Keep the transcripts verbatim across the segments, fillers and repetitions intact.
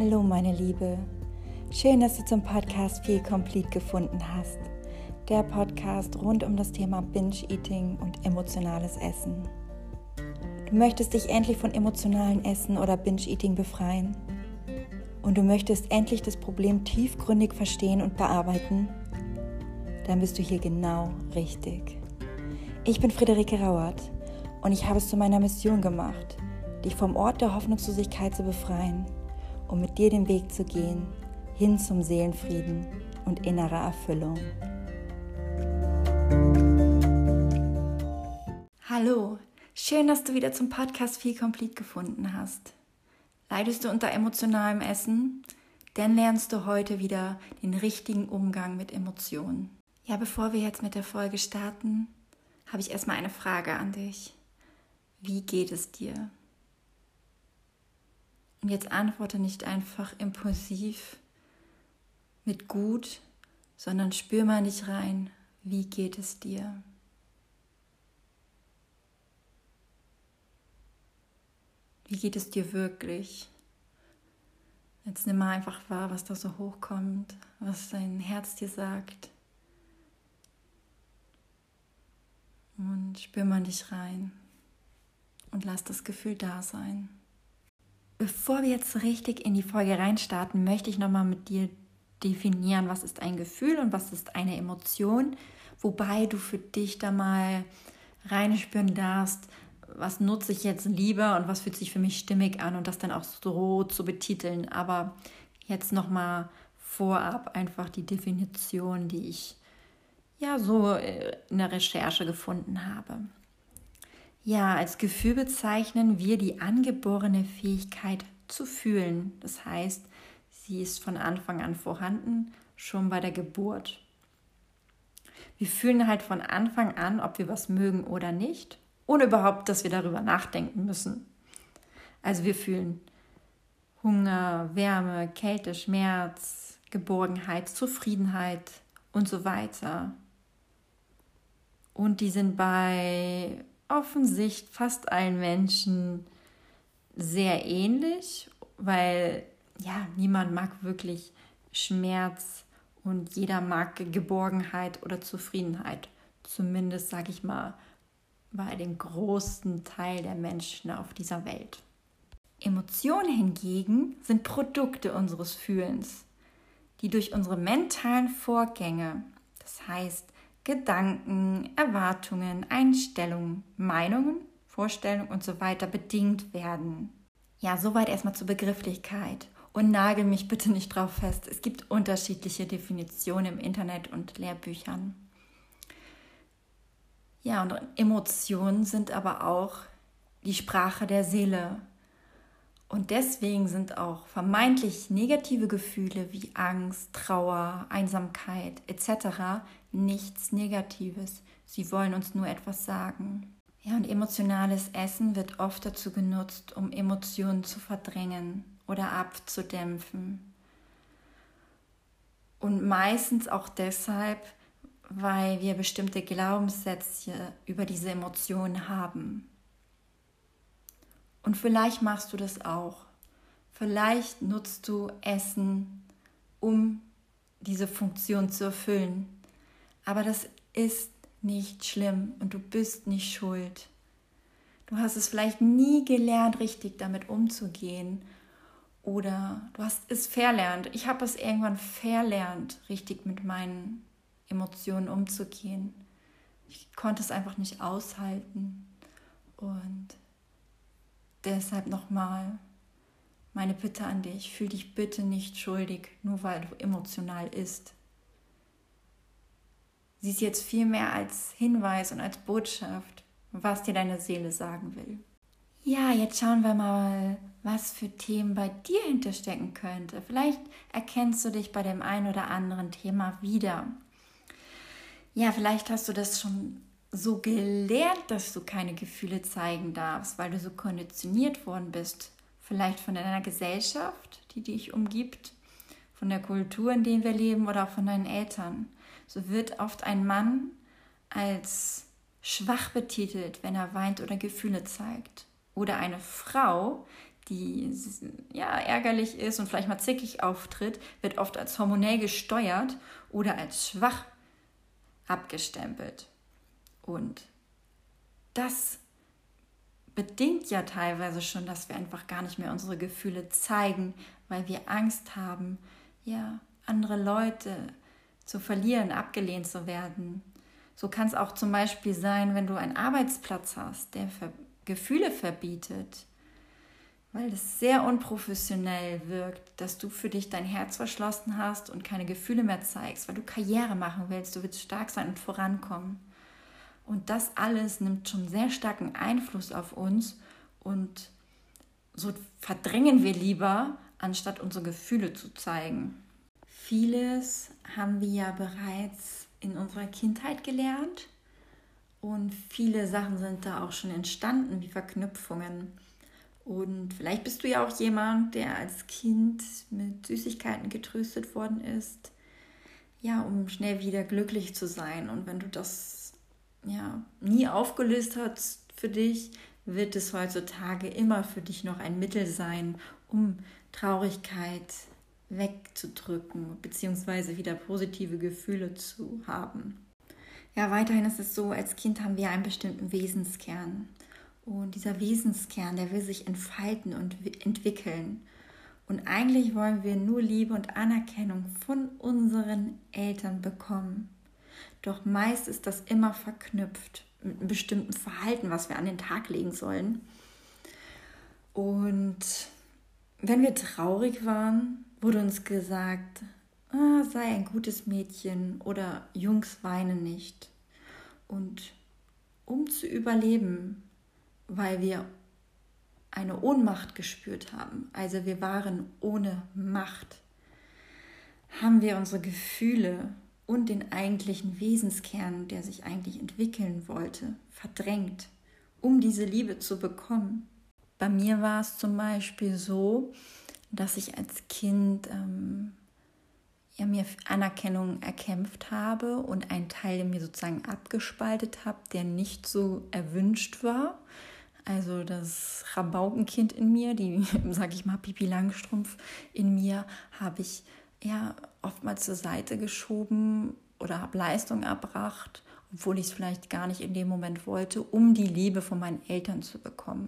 Hallo meine Liebe, schön, dass du zum Podcast Feel Complete gefunden hast. Der Podcast rund um das Thema Binge-Eating und emotionales Essen. Du möchtest dich endlich von emotionalen Essen oder Binge-Eating befreien. Und du möchtest endlich das Problem tiefgründig verstehen und bearbeiten. Dann bist du hier genau richtig. Ich bin Friederike Rauert und ich habe es zu meiner Mission gemacht, dich vom Ort der Hoffnungslosigkeit zu befreien, um mit dir den Weg zu gehen, hin zum Seelenfrieden und innerer Erfüllung. Hallo, schön, dass du wieder zum Podcast Feel Complete gefunden hast. Leidest du unter emotionalem Essen? Dann lernst du heute wieder den richtigen Umgang mit Emotionen. Ja, bevor wir jetzt mit der Folge starten, habe ich erstmal eine Frage an dich. Wie geht es dir? Und jetzt antworte nicht einfach impulsiv mit gut, sondern spür mal nicht rein, wie geht es dir? Wie geht es dir wirklich? Jetzt nimm mal einfach wahr, was da so hochkommt, was dein Herz dir sagt. Und spür mal dich rein und lass das Gefühl da sein. Bevor wir jetzt richtig in die Folge reinstarten, möchte ich nochmal mit dir definieren, was ist ein Gefühl und was ist eine Emotion, wobei du für dich da mal reinspüren darfst, was nutze ich jetzt lieber und was fühlt sich für mich stimmig an und das dann auch so zu betiteln. Aber jetzt nochmal vorab einfach die Definition, die ich ja so in der Recherche gefunden habe. Ja, als Gefühl bezeichnen wir die angeborene Fähigkeit zu fühlen. Das heißt, sie ist von Anfang an vorhanden, schon bei der Geburt. Wir fühlen halt von Anfang an, ob wir was mögen oder nicht, ohne überhaupt, dass wir darüber nachdenken müssen. Also wir fühlen Hunger, Wärme, Kälte, Schmerz, Geborgenheit, Zufriedenheit und so weiter. Und die sind bei offensichtlich fast allen Menschen sehr ähnlich, weil ja, niemand mag wirklich Schmerz und jeder mag Geborgenheit oder Zufriedenheit. Zumindest, sage ich mal, bei dem großen Teil der Menschen auf dieser Welt. Emotionen hingegen sind Produkte unseres Fühlens, die durch unsere mentalen Vorgänge, das heißt Gedanken, Erwartungen, Einstellungen, Meinungen, Vorstellungen und so weiter bedingt werden. Ja, soweit erstmal zur Begrifflichkeit. Und nagel mich bitte nicht drauf fest. Es gibt unterschiedliche Definitionen im Internet und Lehrbüchern. Ja, und Emotionen sind aber auch die Sprache der Seele. Und deswegen sind auch vermeintlich negative Gefühle wie Angst, Trauer, Einsamkeit et cetera nichts Negatives. Sie wollen uns nur etwas sagen. Ja, und emotionales Essen wird oft dazu genutzt, um Emotionen zu verdrängen oder abzudämpfen. Und meistens auch deshalb, weil wir bestimmte Glaubenssätze über diese Emotionen haben. Und vielleicht machst du das auch. Vielleicht nutzt du Essen, um diese Funktion zu erfüllen. Aber das ist nicht schlimm und du bist nicht schuld. Du hast es vielleicht nie gelernt, richtig damit umzugehen. Oder du hast es verlernt. Ich habe es irgendwann verlernt, richtig mit meinen Emotionen umzugehen. Ich konnte es einfach nicht aushalten. Und deshalb nochmal meine Bitte an dich, fühl dich bitte nicht schuldig, nur weil du emotional isst. Sieh es jetzt viel mehr als Hinweis und als Botschaft, was dir deine Seele sagen will. Ja, jetzt schauen wir mal, was für Themen bei dir hinterstecken könnte. Vielleicht erkennst du dich bei dem einen oder anderen Thema wieder. Ja, vielleicht hast du das schon so gelernt, dass du keine Gefühle zeigen darfst, weil du so konditioniert worden bist. Vielleicht von deiner Gesellschaft, die dich umgibt, von der Kultur, in der wir leben oder auch von deinen Eltern. So wird oft ein Mann als schwach betitelt, wenn er weint oder Gefühle zeigt. Oder eine Frau, die ja, ärgerlich ist und vielleicht mal zickig auftritt, wird oft als hormonell gesteuert oder als schwach abgestempelt. Und das bedingt ja teilweise schon, dass wir einfach gar nicht mehr unsere Gefühle zeigen, weil wir Angst haben, ja, andere Leute zu verlieren, abgelehnt zu werden. So kann es auch zum Beispiel sein, wenn du einen Arbeitsplatz hast, der Ver- Gefühle verbietet, weil es sehr unprofessionell wirkt, dass du für dich dein Herz verschlossen hast und keine Gefühle mehr zeigst, weil du Karriere machen willst, du willst stark sein und vorankommen. Und das alles nimmt schon sehr starken Einfluss auf uns und so verdrängen wir lieber, anstatt unsere Gefühle zu zeigen. Vieles haben wir ja bereits in unserer Kindheit gelernt und viele Sachen sind da auch schon entstanden, wie Verknüpfungen. Und vielleicht bist du ja auch jemand, der als Kind mit Süßigkeiten getröstet worden ist, ja, um schnell wieder glücklich zu sein. Und wenn du das ja nie aufgelöst hast für dich, wird es heutzutage immer für dich noch ein Mittel sein, um Traurigkeit wegzudrücken, beziehungsweise wieder positive Gefühle zu haben. Ja, weiterhin ist es so, als Kind haben wir einen bestimmten Wesenskern. Und dieser Wesenskern, der will sich entfalten und entwickeln. Und eigentlich wollen wir nur Liebe und Anerkennung von unseren Eltern bekommen. Doch meist ist das immer verknüpft mit einem bestimmten Verhalten, was wir an den Tag legen sollen. Und wenn wir traurig waren, wurde uns gesagt, ah, sei ein gutes Mädchen oder Jungs weinen nicht. Und um zu überleben, weil wir eine Ohnmacht gespürt haben, also wir waren ohne Macht, haben wir unsere Gefühle und den eigentlichen Wesenskern, der sich eigentlich entwickeln wollte, verdrängt, um diese Liebe zu bekommen. Bei mir war es zum Beispiel so, dass ich als Kind ähm, ja, mir Anerkennung erkämpft habe und einen Teil in mir sozusagen abgespaltet habe, der nicht so erwünscht war. Also das Rabaukenkind in mir, die, sag ich mal, Pipi Langstrumpf in mir, habe ich ja oftmals zur Seite geschoben oder habe Leistung erbracht, obwohl ich es vielleicht gar nicht in dem Moment wollte, um die Liebe von meinen Eltern zu bekommen.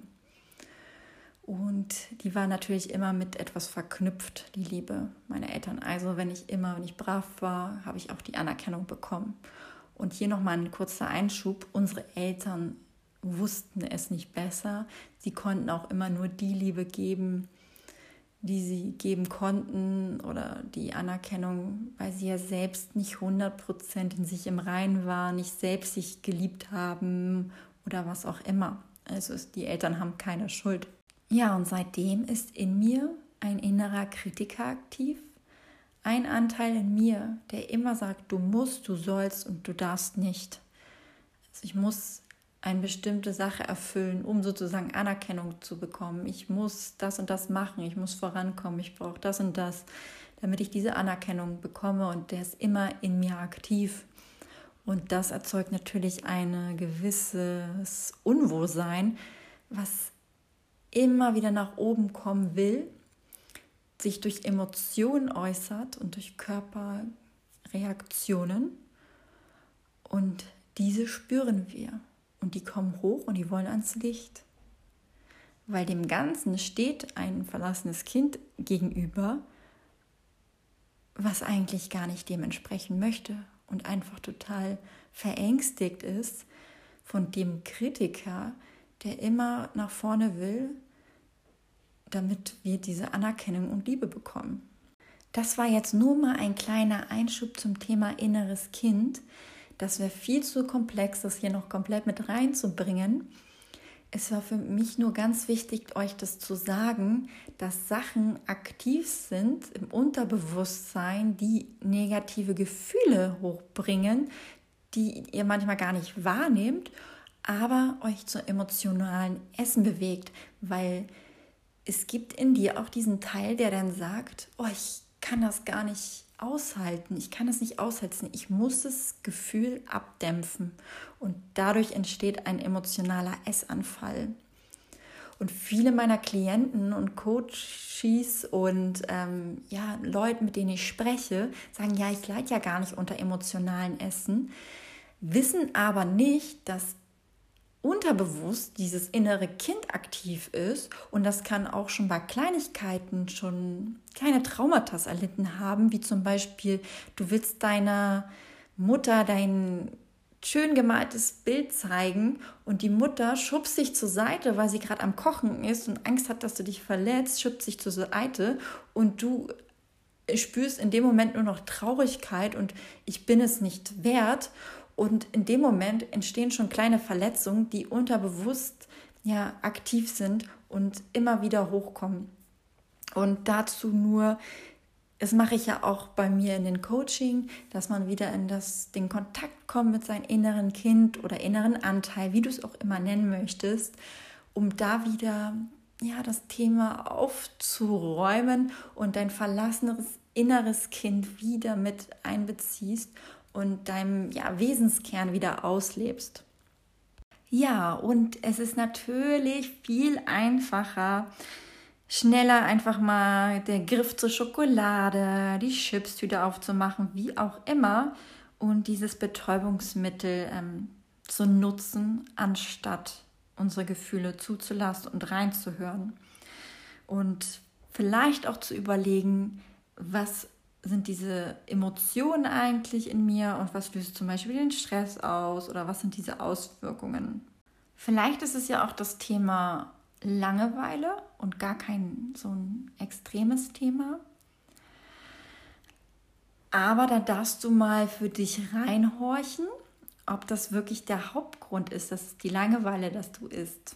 Und die war natürlich immer mit etwas verknüpft, die Liebe meiner Eltern. Also wenn ich immer, wenn ich brav war, habe ich auch die Anerkennung bekommen. Und hier nochmal ein kurzer Einschub. Unsere Eltern wussten es nicht besser. Sie konnten auch immer nur die Liebe geben, die sie geben konnten oder die Anerkennung, weil sie ja selbst nicht hundert Prozent in sich im Reinen waren, nicht selbst sich geliebt haben oder was auch immer. Also die Eltern haben keine Schuld. Ja, und seitdem ist in mir ein innerer Kritiker aktiv, ein Anteil in mir, der immer sagt, du musst, du sollst und du darfst nicht. Also ich muss eine bestimmte Sache erfüllen, um sozusagen Anerkennung zu bekommen. Ich muss das und das machen, ich muss vorankommen, ich brauche das und das, damit ich diese Anerkennung bekomme, und der ist immer in mir aktiv. Und das erzeugt natürlich ein gewisses Unwohlsein, was immer wieder nach oben kommen will, sich durch Emotionen äußert und durch Körperreaktionen. Und diese spüren wir. Und die kommen hoch und die wollen ans Licht. Weil dem Ganzen steht ein verlassenes Kind gegenüber, was eigentlich gar nicht dem entsprechen möchte und einfach total verängstigt ist von dem Kritiker, der immer nach vorne will, damit wir diese Anerkennung und Liebe bekommen. Das war jetzt nur mal ein kleiner Einschub zum Thema inneres Kind. Das wäre viel zu komplex, das hier noch komplett mit reinzubringen. Es war für mich nur ganz wichtig, euch das zu sagen, dass Sachen aktiv sind im Unterbewusstsein, die negative Gefühle hochbringen, die ihr manchmal gar nicht wahrnehmt, aber euch zu emotionalen Essen bewegt, weil es gibt in dir auch diesen Teil, der dann sagt, oh, ich kann das gar nicht aushalten, ich kann das nicht aushalten, ich muss das Gefühl abdämpfen, und dadurch entsteht ein emotionaler Essanfall. Und viele meiner Klienten und Coaches und ähm, ja, Leute, mit denen ich spreche, sagen, ja, ich leide ja gar nicht unter emotionalen Essen, wissen aber nicht, dass unterbewusst dieses innere Kind aktiv ist und das kann auch schon bei Kleinigkeiten schon kleine Traumata erlitten haben, wie zum Beispiel, du willst deiner Mutter dein schön gemaltes Bild zeigen und die Mutter schubst sich zur Seite, weil sie gerade am Kochen ist und Angst hat, dass du dich verletzt, schubst sich zur Seite und du spürst in dem Moment nur noch Traurigkeit und ich bin es nicht wert. Und in dem Moment entstehen schon kleine Verletzungen, die unterbewusst ja, aktiv sind und immer wieder hochkommen. Und dazu nur, das mache ich ja auch bei mir in den Coaching, dass man wieder in das, den Kontakt kommt mit seinem inneren Kind oder inneren Anteil, wie du es auch immer nennen möchtest, um da wieder ja, das Thema aufzuräumen und dein verlassenes inneres Kind wieder mit einbeziehst und deinem ja, Wesenskern wieder auslebst. Ja, und es ist natürlich viel einfacher, schneller einfach mal der Griff zur Schokolade, die Chipstüte aufzumachen, wie auch immer, und dieses Betäubungsmittel ähm, zu nutzen, anstatt unsere Gefühle zuzulassen und reinzuhören. Und vielleicht auch zu überlegen, was sind diese Emotionen eigentlich in mir und was löst zum Beispiel den Stress aus oder was sind diese Auswirkungen. Vielleicht ist es ja auch das Thema Langeweile und gar kein so ein extremes Thema. Aber da darfst du mal für dich reinhorchen, ob das wirklich der Hauptgrund ist, dass es die Langeweile, dass du isst.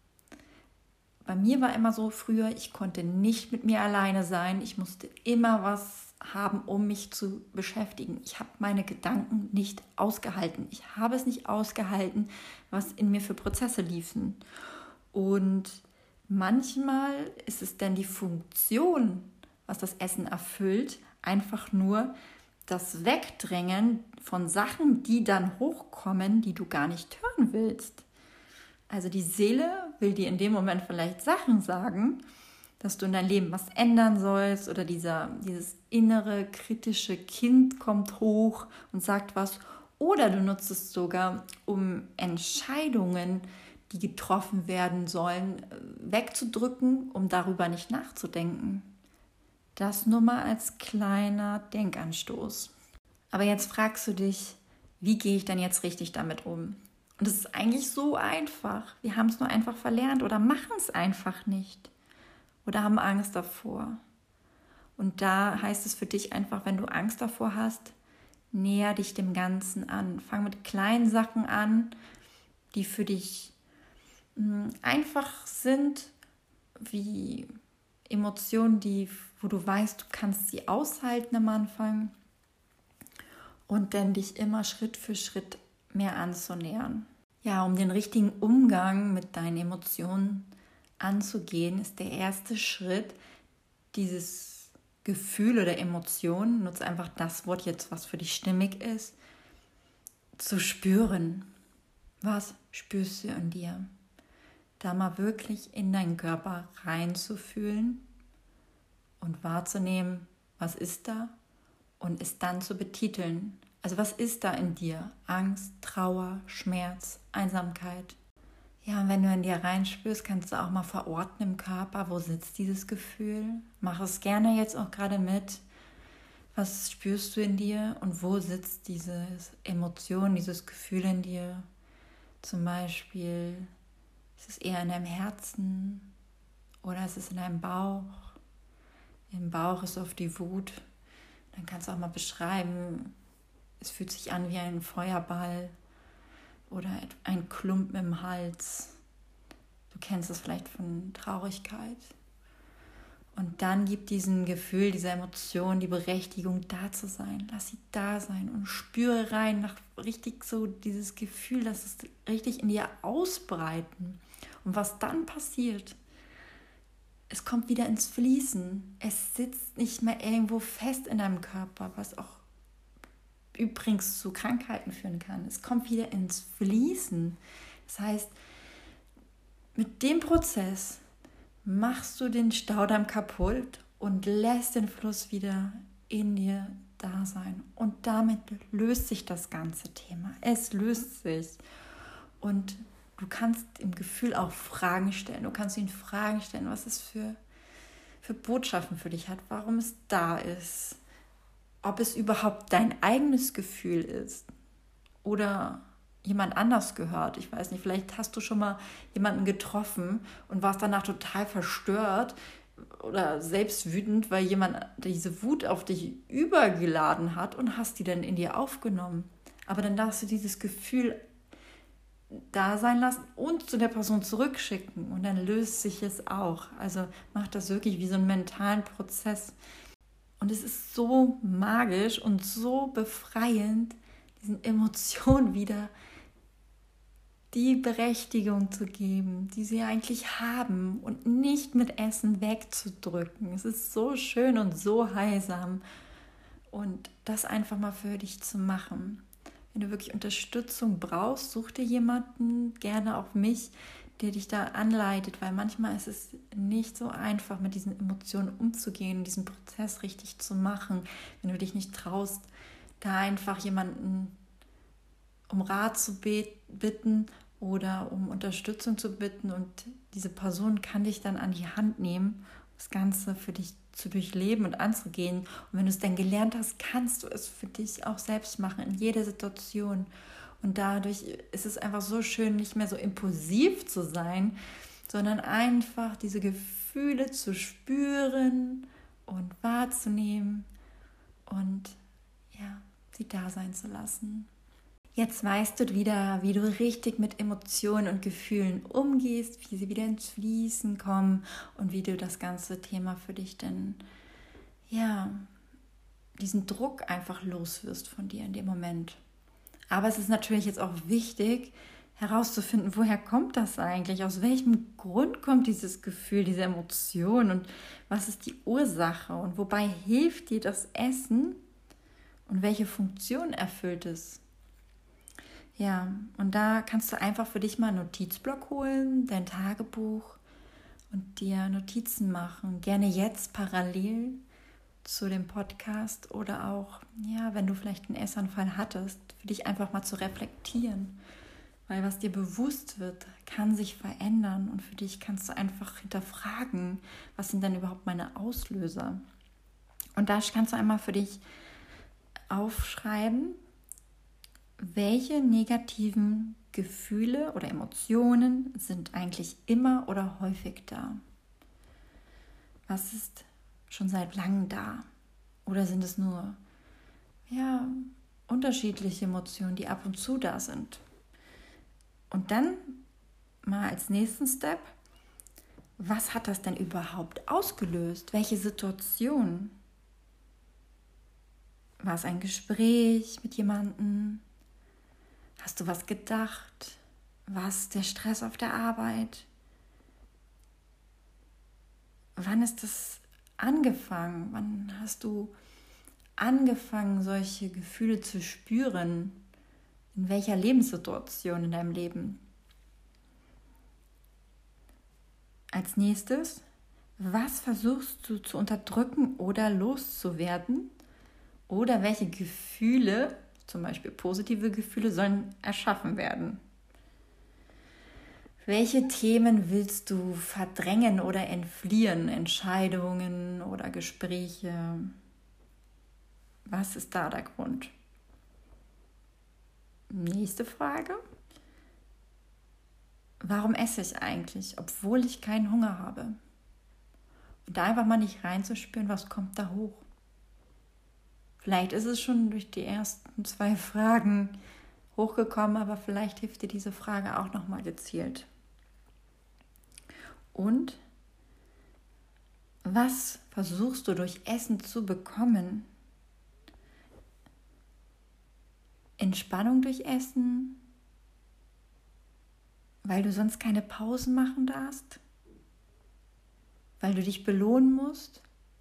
Bei mir war immer so früher, ich konnte nicht mit mir alleine sein. Ich musste immer was haben, um mich zu beschäftigen. Ich habe meine Gedanken nicht ausgehalten. Ich habe es nicht ausgehalten, was in mir für Prozesse liefen. Und manchmal ist es dann die Funktion, was das Essen erfüllt, einfach nur das Wegdrängen von Sachen, die dann hochkommen, die du gar nicht hören willst. Also die Seele will dir in dem Moment vielleicht Sachen sagen, dass du in deinem Leben was ändern sollst oder dieser, dieses innere kritische Kind kommt hoch und sagt was. Oder du nutzt es sogar, um Entscheidungen, die getroffen werden sollen, wegzudrücken, um darüber nicht nachzudenken. Das nur mal als kleiner Denkanstoß. Aber jetzt fragst du dich, wie gehe ich denn jetzt richtig damit um? Und es ist eigentlich so einfach. Wir haben es nur einfach verlernt oder machen es einfach nicht. Oder haben Angst davor. Und da heißt es für dich einfach, wenn du Angst davor hast, näher dich dem Ganzen an. Fang mit kleinen Sachen an, die für dich mh, einfach sind, wie Emotionen, die, wo du weißt, du kannst sie aushalten am Anfang. Und dann dich immer Schritt für Schritt mehr anzunähern. Ja, um den richtigen Umgang mit deinen Emotionen anzugehen, ist der erste Schritt, dieses Gefühl oder Emotion, nutze einfach das Wort jetzt, was für dich stimmig ist, zu spüren. Was spürst du in dir? Da mal wirklich in deinen Körper reinzufühlen und wahrzunehmen, was ist da und es dann zu betiteln. Also was ist da in dir? Angst, Trauer, Schmerz, Einsamkeit. Ja, und wenn du in dir reinspürst, kannst du auch mal verorten im Körper, wo sitzt dieses Gefühl. Mach es gerne jetzt auch gerade mit. Was spürst du in dir und wo sitzt diese Emotion, dieses Gefühl in dir? Zum Beispiel, ist es eher in deinem Herzen oder ist es in deinem Bauch? Im Bauch ist oft die Wut. Dann kannst du auch mal beschreiben, es fühlt sich an wie ein Feuerball oder ein Klumpen im Hals. Du kennst es vielleicht von Traurigkeit. Und dann gib diesem Gefühl, dieser Emotion die Berechtigung, da zu sein. Lass sie da sein und spüre rein nach richtig so dieses Gefühl, dass es richtig in dir ausbreiten. Und was dann passiert, es kommt wieder ins Fließen. Es sitzt nicht mehr irgendwo fest in deinem Körper, was auch übrigens zu Krankheiten führen kann. Es kommt wieder ins Fließen. Das heißt, Mit dem Prozess machst du den Staudamm kaputt und lässt den Fluss wieder in dir da sein. Und damit löst sich das ganze Thema. Es löst sich. Und du kannst im Gefühl auch Fragen stellen. Du kannst ihn Fragen stellen, was es für, für Botschaften für dich hat, warum es da ist, ob es überhaupt dein eigenes Gefühl ist oder jemand anders gehört. Ich weiß nicht, vielleicht hast du schon mal jemanden getroffen und warst danach total verstört oder selbst wütend, weil jemand diese Wut auf dich übergeladen hat und hast die dann in dir aufgenommen. Aber dann darfst du dieses Gefühl da sein lassen und zu der Person zurückschicken und dann löst sich es auch. Also mach das wirklich wie so einen mentalen Prozess. Und es ist so magisch und so befreiend, diesen Emotionen wieder die Berechtigung zu geben, die sie eigentlich haben und nicht mit Essen wegzudrücken. Es ist so schön und so heilsam. Und das einfach mal für dich zu machen. Wenn du wirklich Unterstützung brauchst, such dir jemanden, gerne auch mich, der dich da anleitet, weil manchmal ist es nicht so einfach, mit diesen Emotionen umzugehen, diesen Prozess richtig zu machen, wenn du dich nicht traust, da einfach jemanden um Rat zu bitten oder um Unterstützung zu bitten und diese Person kann dich dann an die Hand nehmen, das Ganze für dich zu durchleben und anzugehen. Und wenn du es dann gelernt hast, kannst du es für dich auch selbst machen, in jeder Situation. Und dadurch ist es einfach so schön, nicht mehr so impulsiv zu sein, sondern einfach diese Gefühle zu spüren und wahrzunehmen und ja, sie da sein zu lassen. Jetzt weißt du wieder, wie du richtig mit Emotionen und Gefühlen umgehst, wie sie wieder ins Fließen kommen und wie du das ganze Thema für dich dann, ja, diesen Druck einfach loswirst von dir in dem Moment. Aber es ist natürlich jetzt auch wichtig, herauszufinden, woher kommt das eigentlich? Aus welchem Grund kommt dieses Gefühl, diese Emotion und was ist die Ursache? Und wobei hilft dir das Essen und welche Funktion erfüllt es? Ja, und da kannst du einfach für dich mal einen Notizblock holen, dein Tagebuch und dir Notizen machen. Gerne jetzt parallel zu dem Podcast oder auch, ja, wenn du vielleicht einen Essanfall hattest, für dich einfach mal zu reflektieren. Weil was dir bewusst wird, kann sich verändern und für dich kannst du einfach hinterfragen, was sind denn überhaupt meine Auslöser? Und da kannst du einmal für dich aufschreiben, welche negativen Gefühle oder Emotionen sind eigentlich immer oder häufig da? Was ist schon seit langem da? Oder sind es nur ja, unterschiedliche Emotionen, die ab und zu da sind? Und dann mal als nächsten Step, was hat das denn überhaupt ausgelöst? Welche Situation? War es ein Gespräch mit jemandem? Hast du was gedacht? War es der Stress auf der Arbeit? Wann ist das angefangen? Wann hast du angefangen, solche Gefühle zu spüren? In welcher Lebenssituation in deinem Leben? Als nächstes, was versuchst du zu unterdrücken oder loszuwerden? Oder welche Gefühle, zum Beispiel positive Gefühle, sollen erschaffen werden? Welche Themen willst du verdrängen oder entfliehen? Entscheidungen oder Gespräche? Was ist da der Grund? Nächste Frage. Warum esse ich eigentlich, obwohl ich keinen Hunger habe? Und da einfach mal nicht reinzuspüren, was kommt da hoch. Vielleicht ist es schon durch die ersten zwei Fragen hochgekommen, aber vielleicht hilft dir diese Frage auch nochmal gezielt. Und was versuchst du durch Essen zu bekommen? Entspannung durch Essen? Weil du sonst keine Pausen machen darfst? Weil du dich belohnen musst?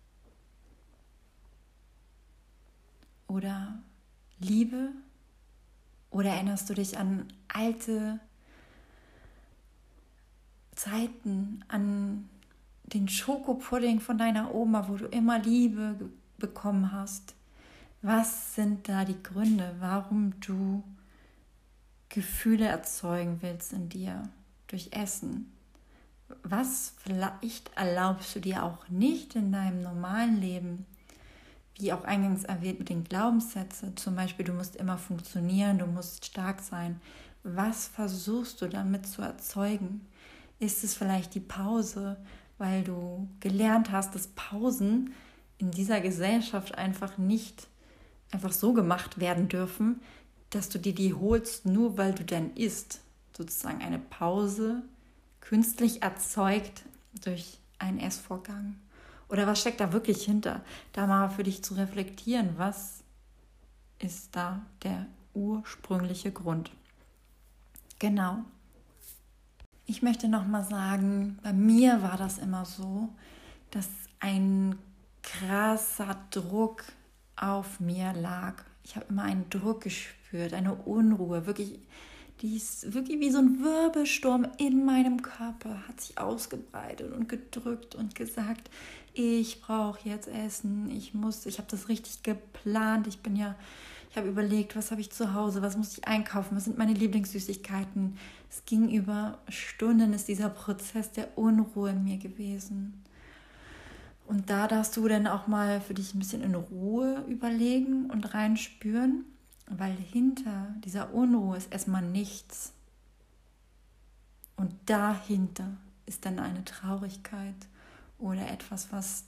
Oder Liebe? Oder erinnerst du dich an alte Zeiten, an den Schokopudding von deiner Oma, wo du immer Liebe ge- bekommen hast. Was sind da die Gründe, warum du Gefühle erzeugen willst in dir durch Essen? Was vielleicht erlaubst du dir auch nicht in deinem normalen Leben? Wie auch eingangs erwähnt mit den Glaubenssätzen, zum Beispiel, du musst immer funktionieren, du musst stark sein. Was versuchst du damit zu erzeugen? Ist es vielleicht die Pause, weil du gelernt hast, dass Pausen in dieser Gesellschaft einfach nicht einfach so gemacht werden dürfen, dass du dir die holst, nur weil du dann isst. Sozusagen eine Pause, künstlich erzeugt durch einen Essvorgang. Oder was steckt da wirklich hinter? Da mal für dich zu reflektieren, was ist da der ursprüngliche Grund? Genau. Ich möchte nochmal sagen, bei mir war das immer so, dass ein krasser Druck auf mir lag. Ich habe immer einen Druck gespürt, eine Unruhe, wirklich, die ist wirklich wie so ein Wirbelsturm in meinem Körper, hat sich ausgebreitet und gedrückt und gesagt, ich brauche jetzt Essen, ich muss, ich habe das richtig geplant, ich bin ja, ich habe überlegt, was habe ich zu Hause, was muss ich einkaufen, was sind meine Lieblingssüßigkeiten. Es ging über Stunden, ist dieser Prozess der Unruhe in mir gewesen. Und da darfst du dann auch mal für dich ein bisschen in Ruhe überlegen und reinspüren, weil hinter dieser Unruhe ist erstmal nichts. Und dahinter ist dann eine Traurigkeit oder etwas, was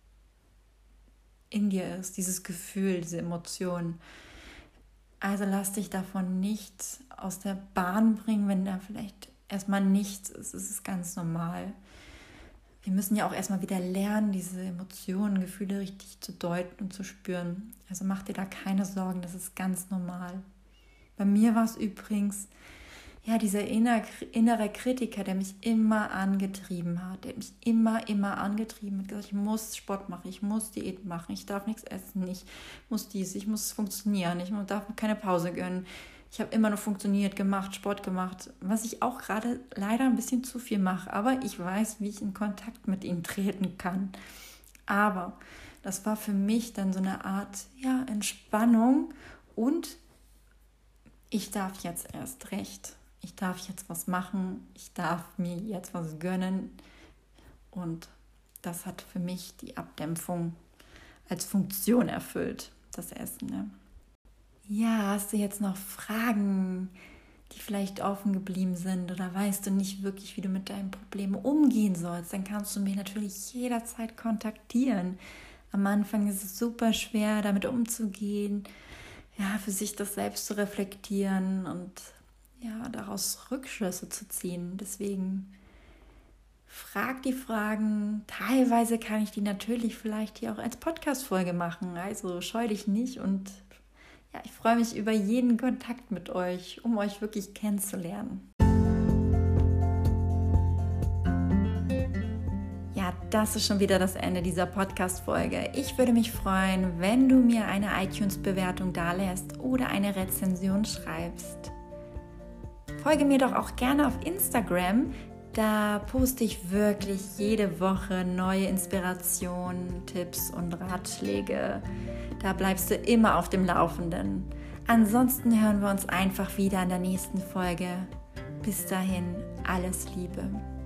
in dir ist, dieses Gefühl, diese Emotionen. Also lass dich davon nicht aus der Bahn bringen, wenn da vielleicht erstmal nichts ist. Es ist ganz normal. Wir müssen ja auch erstmal wieder lernen, diese Emotionen, Gefühle richtig zu deuten und zu spüren. Also mach dir da keine Sorgen, das ist ganz normal. Bei mir war es übrigens ja dieser innere Kritiker, der mich immer angetrieben hat, der mich immer, immer angetrieben hat, gesagt, ich muss Sport machen, ich muss Diät machen, ich darf nichts essen, ich muss dies, ich muss funktionieren, ich darf keine Pause gönnen. Ich habe immer noch funktioniert, gemacht, Sport gemacht, was ich auch gerade leider ein bisschen zu viel mache. Aber ich weiß, wie ich in Kontakt mit ihnen treten kann. Aber das war für mich dann so eine Art ja, Entspannung und ich darf jetzt erst recht. Ich darf jetzt was machen, ich darf mir jetzt was gönnen. Und das hat für mich die Abdämpfung als Funktion erfüllt, das Essen, ne? Ja, hast du jetzt noch Fragen, die vielleicht offen geblieben sind oder weißt du nicht wirklich, wie du mit deinen Problemen umgehen sollst, dann kannst du mich natürlich jederzeit kontaktieren. Am Anfang ist es super schwer, damit umzugehen, ja, für sich das selbst zu reflektieren und ja, daraus Rückschlüsse zu ziehen. Deswegen frag die Fragen. Teilweise kann ich die natürlich vielleicht hier auch als Podcast-Folge machen, also scheu dich nicht und ja, ich freue mich über jeden Kontakt mit euch, um euch wirklich kennenzulernen. Ja, das ist schon wieder das Ende dieser Podcast-Folge. Ich würde mich freuen, wenn du mir eine iTunes-Bewertung dalässt oder eine Rezension schreibst. Folge mir doch auch gerne auf Instagram. Da poste ich wirklich jede Woche neue Inspirationen, Tipps und Ratschläge. Da bleibst du immer auf dem Laufenden. Ansonsten hören wir uns einfach wieder in der nächsten Folge. Bis dahin, alles Liebe.